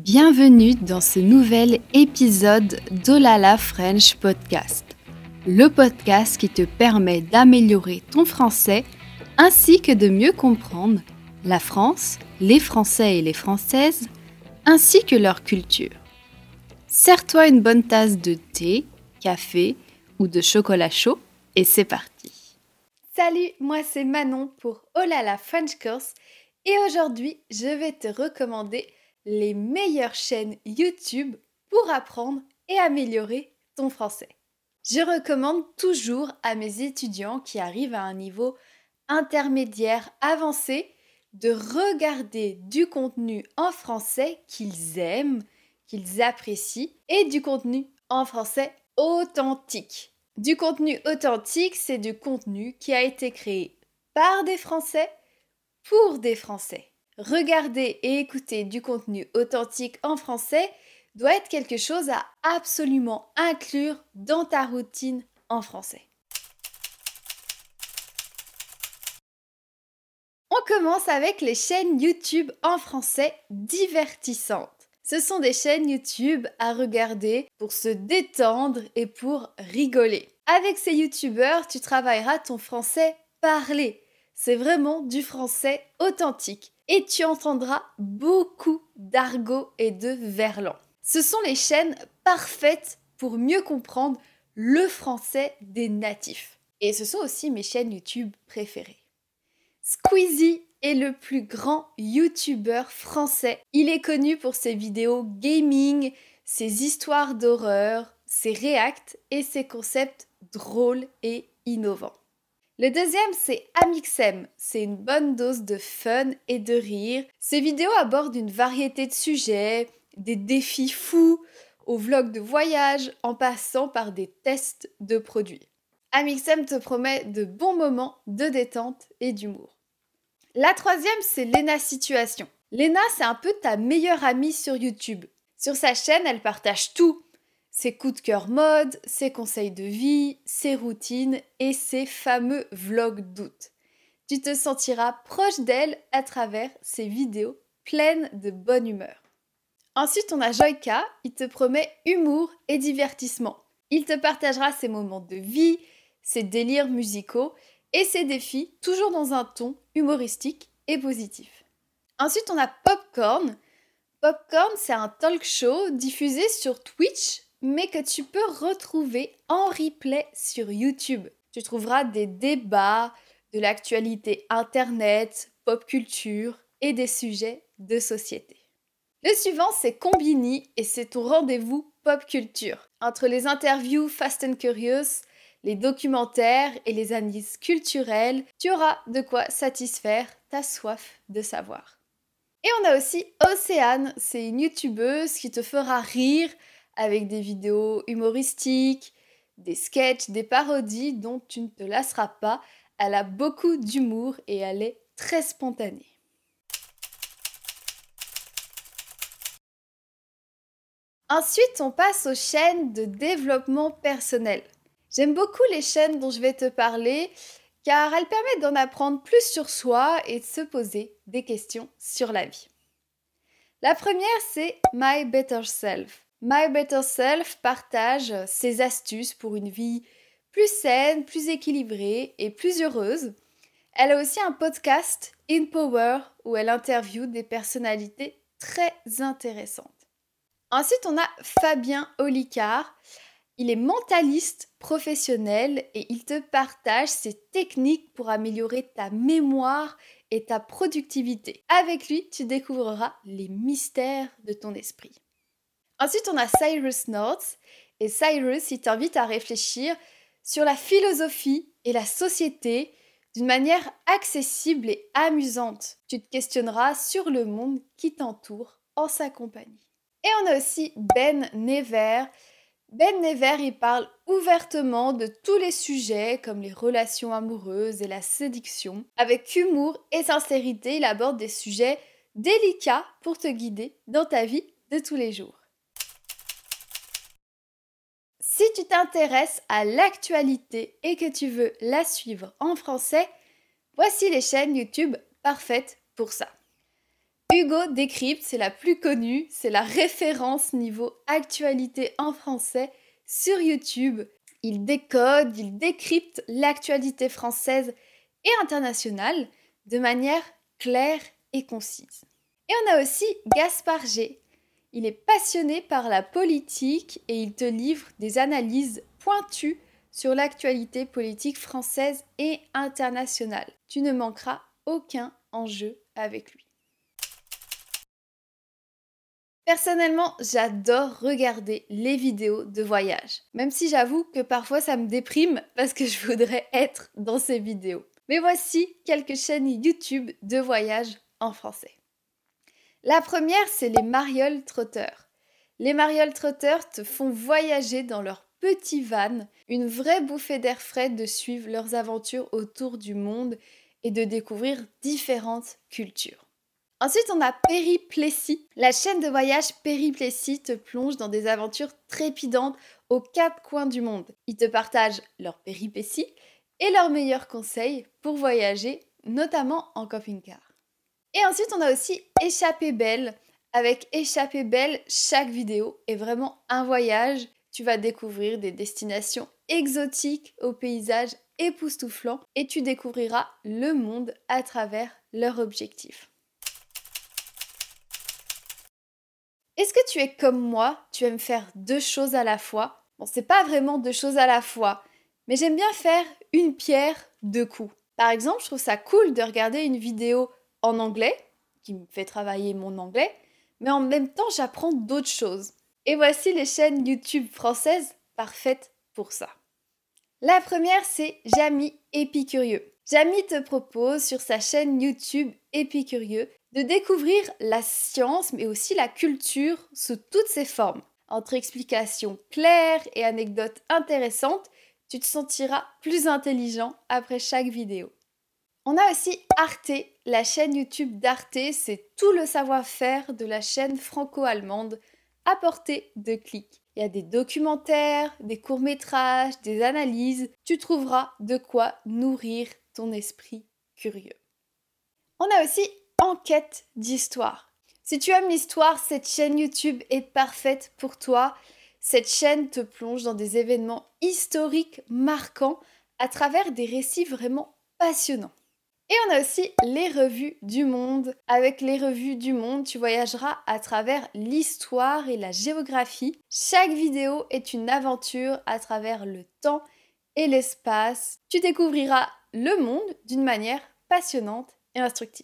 Bienvenue dans ce nouvel épisode d'Olala French Podcast, le podcast qui te permet d'améliorer ton français ainsi que de mieux comprendre la France, les Français et les Françaises, ainsi que leur culture. Sers-toi une bonne tasse de thé, café ou de chocolat chaud et c'est parti. Salut, moi c'est Manon pour Olala French Course et aujourd'hui je vais te recommander les meilleures chaînes YouTube pour apprendre et améliorer ton français. Je recommande toujours à mes étudiants qui arrivent à un niveau intermédiaire avancé de regarder du contenu en français qu'ils aiment, qu'ils apprécient et du contenu en français authentique. Du contenu authentique, c'est du contenu qui a été créé par des Français pour des Français. Regarder et écouter du contenu authentique en français doit être quelque chose à absolument inclure dans ta routine en français. On commence avec les chaînes YouTube en français divertissantes. Ce sont des chaînes YouTube à regarder pour se détendre et pour rigoler. Avec ces YouTubeurs, tu travailleras ton français parlé. C'est vraiment du français authentique. Et tu entendras beaucoup d'argot et de verlan. Ce sont les chaînes parfaites pour mieux comprendre le français des natifs. Et ce sont aussi mes chaînes YouTube préférées. Squeezie est le plus grand YouTuber français. Il est connu pour ses vidéos gaming, ses histoires d'horreur, ses reacts et ses concepts drôles et innovants. Le deuxième, c'est Amixem. C'est une bonne dose de fun et de rire. Ces vidéos abordent une variété de sujets, des défis fous, aux vlogs de voyage, en passant par des tests de produits. Amixem te promet de bons moments de détente et d'humour. La troisième, c'est Léna Situation. Léna, c'est un peu ta meilleure amie sur YouTube. Sur sa chaîne, elle partage tout. Ses coups de cœur mode, ses conseils de vie, ses routines et ses fameux vlogs d'août. Tu te sentiras proche d'elle à travers ses vidéos pleines de bonne humeur. Ensuite, on a Joyka, il te promet humour et divertissement. Il te partagera ses moments de vie, ses délires musicaux et ses défis, toujours dans un ton humoristique et positif. Ensuite, on a Popcorn. Popcorn, c'est un talk show diffusé sur Twitch, mais que tu peux retrouver en replay sur YouTube. Tu trouveras des débats, de l'actualité internet, pop culture et des sujets de société. Le suivant, c'est Combini et c'est ton rendez-vous pop culture. Entre les interviews Fast and Curious, les documentaires et les analyses culturelles, tu auras de quoi satisfaire ta soif de savoir. Et on a aussi Océane, c'est une youtubeuse qui te fera rire avec des vidéos humoristiques, des sketchs, des parodies dont tu ne te lasseras pas. Elle a beaucoup d'humour et elle est très spontanée. Ensuite, on passe aux chaînes de développement personnel. J'aime beaucoup les chaînes dont je vais te parler car elles permettent d'en apprendre plus sur soi et de se poser des questions sur la vie. La première, c'est My Better Self. My Better Self partage ses astuces pour une vie plus saine, plus équilibrée et plus heureuse. Elle a aussi un podcast, In Power, où elle interviewe des personnalités très intéressantes. Ensuite, on a Fabien Olicard. Il est mentaliste professionnel et il te partage ses techniques pour améliorer ta mémoire et ta productivité. Avec lui, tu découvriras les mystères de ton esprit. Ensuite, on a Cyrus North et Cyrus, il t'invite à réfléchir sur la philosophie et la société d'une manière accessible et amusante. Tu te questionneras sur le monde qui t'entoure en sa compagnie. Et on a aussi Ben Never. Ben Never, il parle ouvertement de tous les sujets comme les relations amoureuses et la séduction. Avec humour et sincérité, il aborde des sujets délicats pour te guider dans ta vie de tous les jours. Si tu t'intéresses à l'actualité et que tu veux la suivre en français, voici les chaînes YouTube parfaites pour ça. Hugo Décrypte, c'est la plus connue, c'est la référence niveau actualité en français sur YouTube. Il décode, il décrypte l'actualité française et internationale de manière claire et concise. Et on a aussi Gaspard G. Il est passionné par la politique et il te livre des analyses pointues sur l'actualité politique française et internationale. Tu ne manqueras aucun enjeu avec lui. Personnellement, j'adore regarder les vidéos de voyage, même si j'avoue que parfois ça me déprime parce que je voudrais être dans ces vidéos. Mais voici quelques chaînes YouTube de voyage en français. La première, c'est les Marioles Trotteurs. Les Marioles Trotteurs te font voyager dans leur petit van, une vraie bouffée d'air frais de suivre leurs aventures autour du monde et de découvrir différentes cultures. Ensuite, on a Périplessis. La chaîne de voyage Périplessis te plonge dans des aventures trépidantes aux quatre coins du monde. Ils te partagent leurs péripéties et leurs meilleurs conseils pour voyager, notamment en camping-car. Et ensuite, on a aussi Échappée Belle. Avec Échappée Belle, chaque vidéo est vraiment un voyage. Tu vas découvrir des destinations exotiques aux paysages époustouflants et tu découvriras le monde à travers leur objectif. Est-ce que tu es comme moi, tu aimes faire deux choses à la fois? Bon, c'est pas vraiment deux choses à la fois, mais j'aime bien faire une pierre deux coups. Par exemple, je trouve ça cool de regarder une vidéo en anglais, qui me fait travailler mon anglais, mais en même temps, j'apprends d'autres choses. Et voici les chaînes YouTube françaises parfaites pour ça. La première, c'est Jamy Épicurieux. Jamy te propose sur sa chaîne YouTube Épicurieux de découvrir la science, mais aussi la culture sous toutes ses formes. Entre explications claires et anecdotes intéressantes, tu te sentiras plus intelligent après chaque vidéo. On a aussi Arte, la chaîne YouTube d'Arte, c'est tout le savoir-faire de la chaîne franco-allemande à portée de clic. Il y a des documentaires, des courts-métrages, des analyses, tu trouveras de quoi nourrir ton esprit curieux. On a aussi Enquête d'histoire. Si tu aimes l'histoire, cette chaîne YouTube est parfaite pour toi. Cette chaîne te plonge dans des événements historiques marquants à travers des récits vraiment passionnants. Et on a aussi les revues du monde. Avec les revues du monde, tu voyageras à travers l'histoire et la géographie. Chaque vidéo est une aventure à travers le temps et l'espace. Tu découvriras le monde d'une manière passionnante et instructive.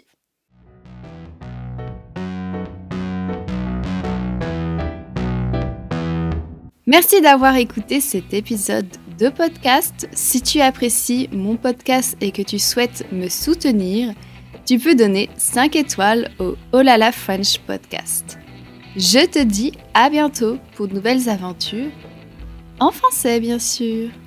Merci d'avoir écouté cet épisode de podcast. Si tu apprécies mon podcast et que tu souhaites me soutenir, tu peux donner 5 étoiles au Olala French Podcast. Je te dis à bientôt pour de nouvelles aventures, en français bien sûr.